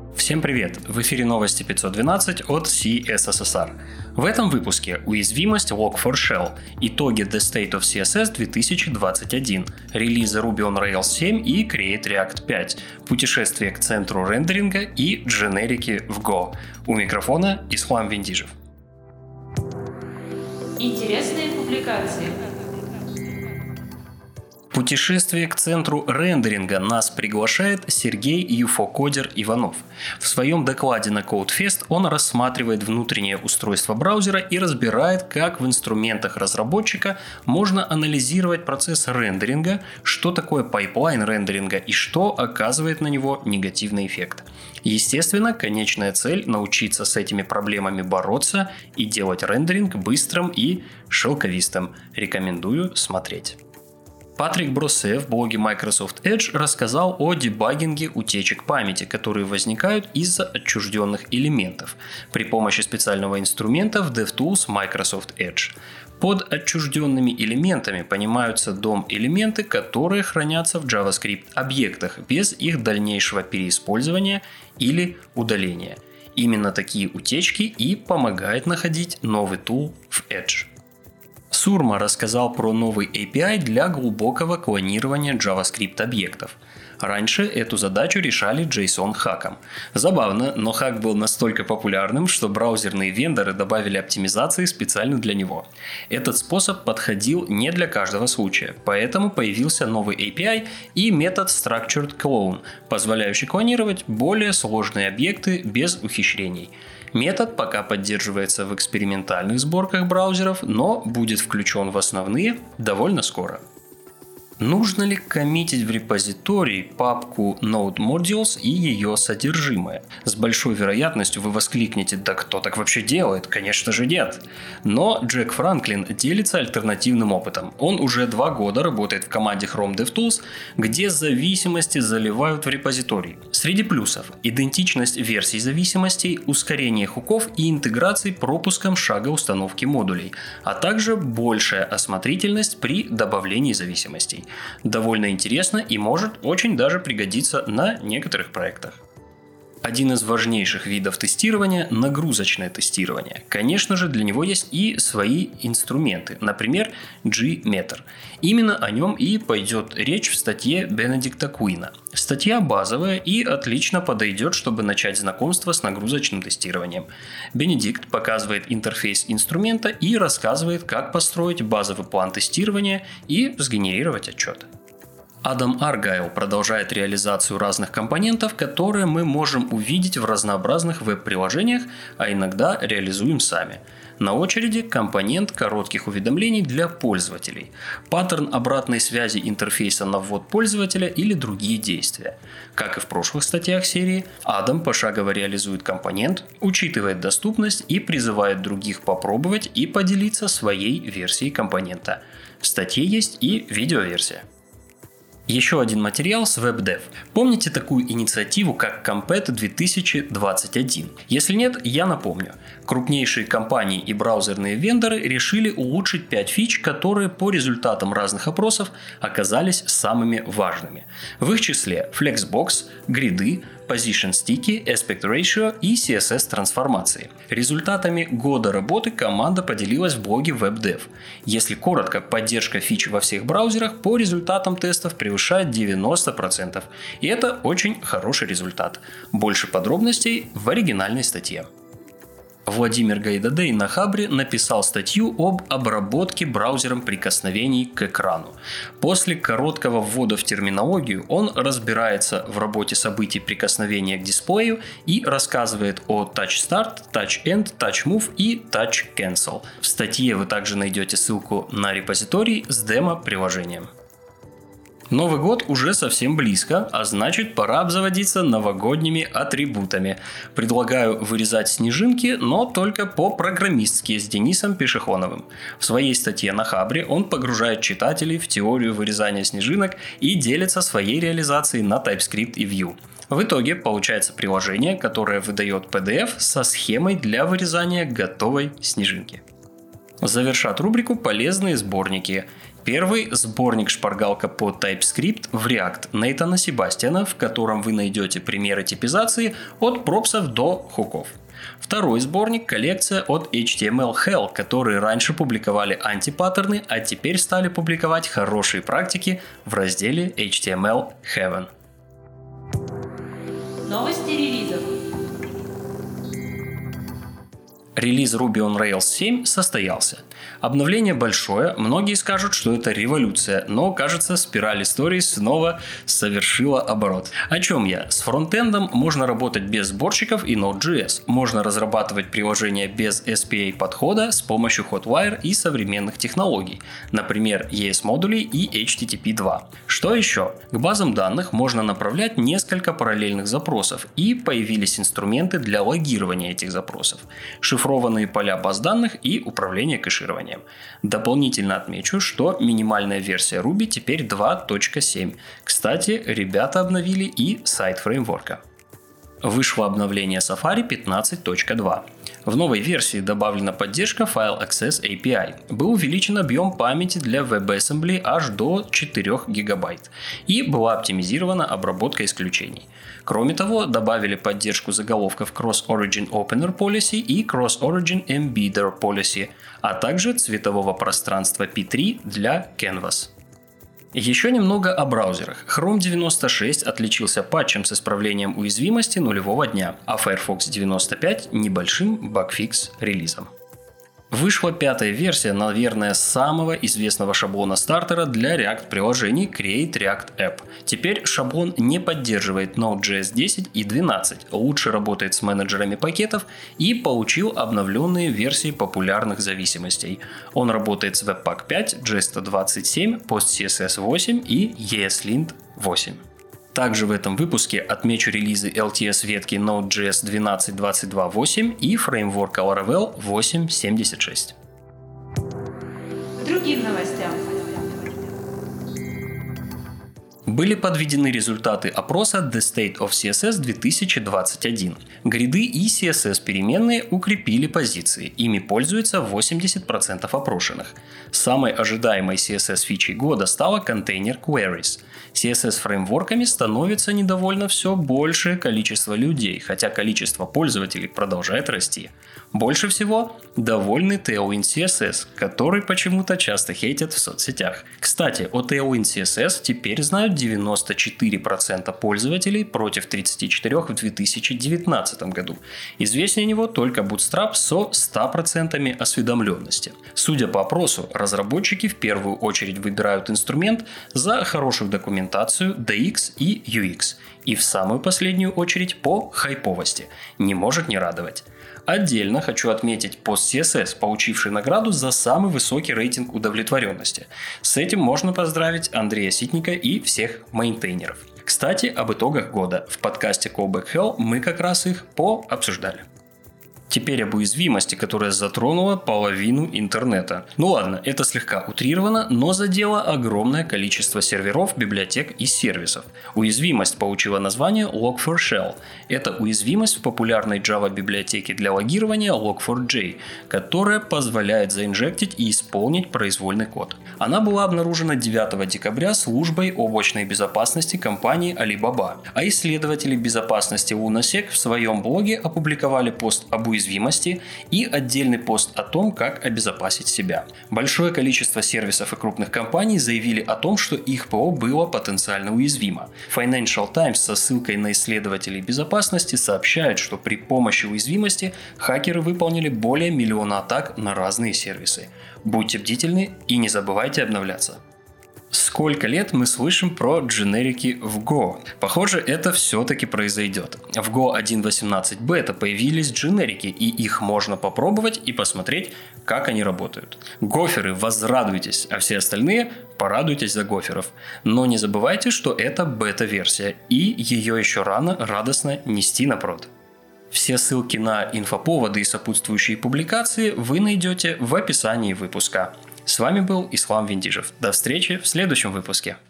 Всем привет! В эфире новости 512 от CSSR. В этом выпуске уязвимость Log4Shell, итоги The State of CSS 2021, релизы Ruby on Rails 7 и Create React 5, путешествие к центру рендеринга и дженерики в Go. У микрофона Ислам Виндижев. Интересные публикации. Путешествие к центру рендеринга нас приглашает Сергей Юфокодер Иванов. В своем докладе на CodeFest он рассматривает внутреннее устройство браузера и разбирает, как в инструментах разработчика можно анализировать процесс рендеринга, что такое пайплайн рендеринга и что оказывает на него негативный эффект. Естественно, конечная цель – научиться с этими проблемами бороться и делать рендеринг быстрым и шелковистым. Рекомендую смотреть. Патрик Броссе в блоге Microsoft Edge рассказал о дебагинге утечек памяти, которые возникают из-за отчужденных элементов при помощи специального инструмента в DevTools Microsoft Edge. Под отчужденными элементами понимаются DOM-элементы, которые хранятся в JavaScript объектах без их дальнейшего переиспользования или удаления. Именно такие утечки и помогают находить новый тул в Edge. Сурма рассказал про новый API для глубокого клонирования JavaScript объектов. Раньше эту задачу решали JSON-хаком. Забавно, но хак был настолько популярным, что браузерные вендоры добавили оптимизации специально для него. Этот способ подходил не для каждого случая, поэтому появился новый API и метод Structured Clone, позволяющий клонировать более сложные объекты без ухищрений. Метод пока поддерживается в экспериментальных сборках браузеров, но будет включен в основные довольно скоро. Нужно ли коммитить в репозиторий папку Node Modules и ее содержимое? С большой вероятностью вы воскликнете: да кто так вообще делает? Конечно же нет. Но Джек Франклин делится альтернативным опытом. Он уже 2 года работает в команде Chrome DevTools, где зависимости заливают в репозиторий. Среди плюсов – идентичность версий зависимостей, ускорение хуков и интеграции пропуском шага установки модулей, а также большая осмотрительность при добавлении зависимостей. Довольно интересно и может очень даже пригодиться на некоторых проектах. Один из важнейших видов тестирования – нагрузочное тестирование. Конечно же, для него есть и свои инструменты, например, Gmeter. Именно о нем и пойдет речь в статье Бенедикта Куина. Статья базовая и отлично подойдет, чтобы начать знакомство с нагрузочным тестированием. Бенедикт показывает интерфейс инструмента и рассказывает, как построить базовый план тестирования и сгенерировать отчет. Адам Аргайл продолжает реализацию разных компонентов, которые мы можем увидеть в разнообразных веб-приложениях, а иногда реализуем сами. На очереди компонент коротких уведомлений для пользователей, паттерн обратной связи интерфейса на ввод пользователя или другие действия. Как и в прошлых статьях серии, Адам пошагово реализует компонент, учитывает доступность и призывает других попробовать и поделиться своей версией компонента. В статье есть и видеоверсия. Еще один материал с WebDev. Помните такую инициативу, как Compat 2021? Если нет, я напомню. Крупнейшие компании и браузерные вендоры решили улучшить 5 фич, которые по результатам разных опросов оказались самыми важными. В их числе Flexbox, гриды, Position Sticky, Aspect Ratio и CSS трансформации. Результатами года работы команда поделилась в блоге WebDev. Если коротко, поддержка фич во всех браузерах по результатам тестов превышает 90%. И это очень хороший результат. Больше подробностей в оригинальной статье. Владимир Гайдадей на Хабре написал статью об обработке браузером прикосновений к экрану. После короткого ввода в терминологию он разбирается в работе событий прикосновения к дисплею и рассказывает о Touch Start, Touch End, Touch Move и Touch Cancel. В статье вы также найдете ссылку на репозиторий с демо-приложением. Новый год уже совсем близко, а значит, пора обзаводиться новогодними атрибутами. Предлагаю вырезать снежинки, но только по-программистски с Денисом Пешехоновым. В своей статье на Хабре он погружает читателей в теорию вырезания снежинок и делится своей реализацией на TypeScript и Vue. В итоге получается приложение, которое выдает PDF со схемой для вырезания готовой снежинки. Завершат рубрику полезные сборники. Первый – сборник-шпаргалка по TypeScript в React Нейтана Себастьяна, в котором вы найдете примеры типизации от пропсов до хуков. Второй сборник – коллекция от HTML Hell, которые раньше публиковали антипаттерны, а теперь стали публиковать хорошие практики в разделе HTML Heaven. Новости релизов. Релиз Ruby on Rails 7 состоялся. Обновление большое, многие скажут, что это революция, но, кажется, спираль истории снова совершила оборот. О чем я? С фронтендом можно работать без сборщиков и Node.js. Можно разрабатывать приложения без SPA подхода с помощью Hotwire и современных технологий, например, ES-модулей и HTTP 2. Что еще? К базам данных можно направлять несколько параллельных запросов, и появились инструменты для логирования этих запросов, шифрованные поля баз данных и управление кэшированием. Дополнительно отмечу, что минимальная версия Ruby теперь 2.7. Кстати, ребята обновили и сайт фреймворка. Вышло обновление Safari 15.2. В новой версии добавлена поддержка File Access API. Был увеличен объем памяти для WebAssembly аж до 4 ГБ и была оптимизирована обработка исключений. Кроме того, добавили поддержку заголовков Cross-Origin Opener Policy и Cross-Origin Embedder Policy, а также цветового пространства P3 для Canvas. Еще немного о браузерах. Chrome 96 отличился патчем с исправлением уязвимости нулевого дня, а Firefox 95 небольшим багфикс релизом. Вышла пятая версия, наверное, самого известного шаблона стартера для React-приложений Create React App. Теперь шаблон не поддерживает Node.js 10 и 12, лучше работает с менеджерами пакетов и получил обновленные версии популярных зависимостей. Он работает с Webpack 5, Jest 27, PostCSS 8 и ESLint 8. Также в этом выпуске отмечу релизы LTS ветки Node.js 12.22.8 и фреймворка Laravel 8.76. К другим новостям. Были подведены результаты опроса The State of CSS 2021. Гриды и CSS-переменные укрепили позиции. Ими пользуется 80% опрошенных. Самой ожидаемой CSS-фичей года стала Container Queries. CSS-фреймворками становится недовольно все большее количество людей, хотя количество пользователей продолжает расти. Больше всего довольны Tailwind CSS, который почему-то часто хейтят в соцсетях. Кстати, о Tailwind CSS теперь знают 94% пользователей против 34% в 2019 году. Известнее него только Bootstrap со 100% осведомленности. Судя по опросу, разработчики в первую очередь выбирают инструмент за хорошую документацию, DX и UX. И в самую последнюю очередь по хайповости. Не может не радовать. Отдельно хочу отметить PostCSS, получивший награду за самый высокий рейтинг удовлетворенности. С этим можно поздравить Андрея Ситника и всех мейнтейнеров. Кстати, об итогах года. В подкасте Callback Hell мы как раз их пообсуждали. Теперь об уязвимости, которая затронула половину интернета. Ну ладно, это слегка утрировано, но задело огромное количество серверов, библиотек и сервисов. Уязвимость получила название Log4Shell. Это уязвимость в популярной Java библиотеке для логирования Log4j, которая позволяет заинжектить и исполнить произвольный код. Она была обнаружена 9 декабря службой облачной безопасности компании Alibaba, а исследователи безопасности LunaSec в своем блоге опубликовали пост об уязвимости и отдельный пост о том, как обезопасить себя. Большое количество сервисов и крупных компаний заявили о том, что их ПО было потенциально уязвимо. Financial Times со ссылкой на исследователей безопасности сообщает, что при помощи уязвимости хакеры выполнили более миллиона атак на разные сервисы. Будьте бдительны и не забывайте обновляться. Сколько лет мы слышим про дженерики в Go? Похоже, это все-таки произойдет. В Go 1.18 бета появились дженерики, и их можно попробовать и посмотреть, как они работают. Гоферы, возрадуйтесь, а все остальные порадуйтесь за гоферов. Но не забывайте, что это бета-версия, и ее еще рано радостно нести на прод. Все ссылки на инфоповоды и сопутствующие публикации вы найдете в описании выпуска. С вами был Ислам Виндижев. До встречи в следующем выпуске.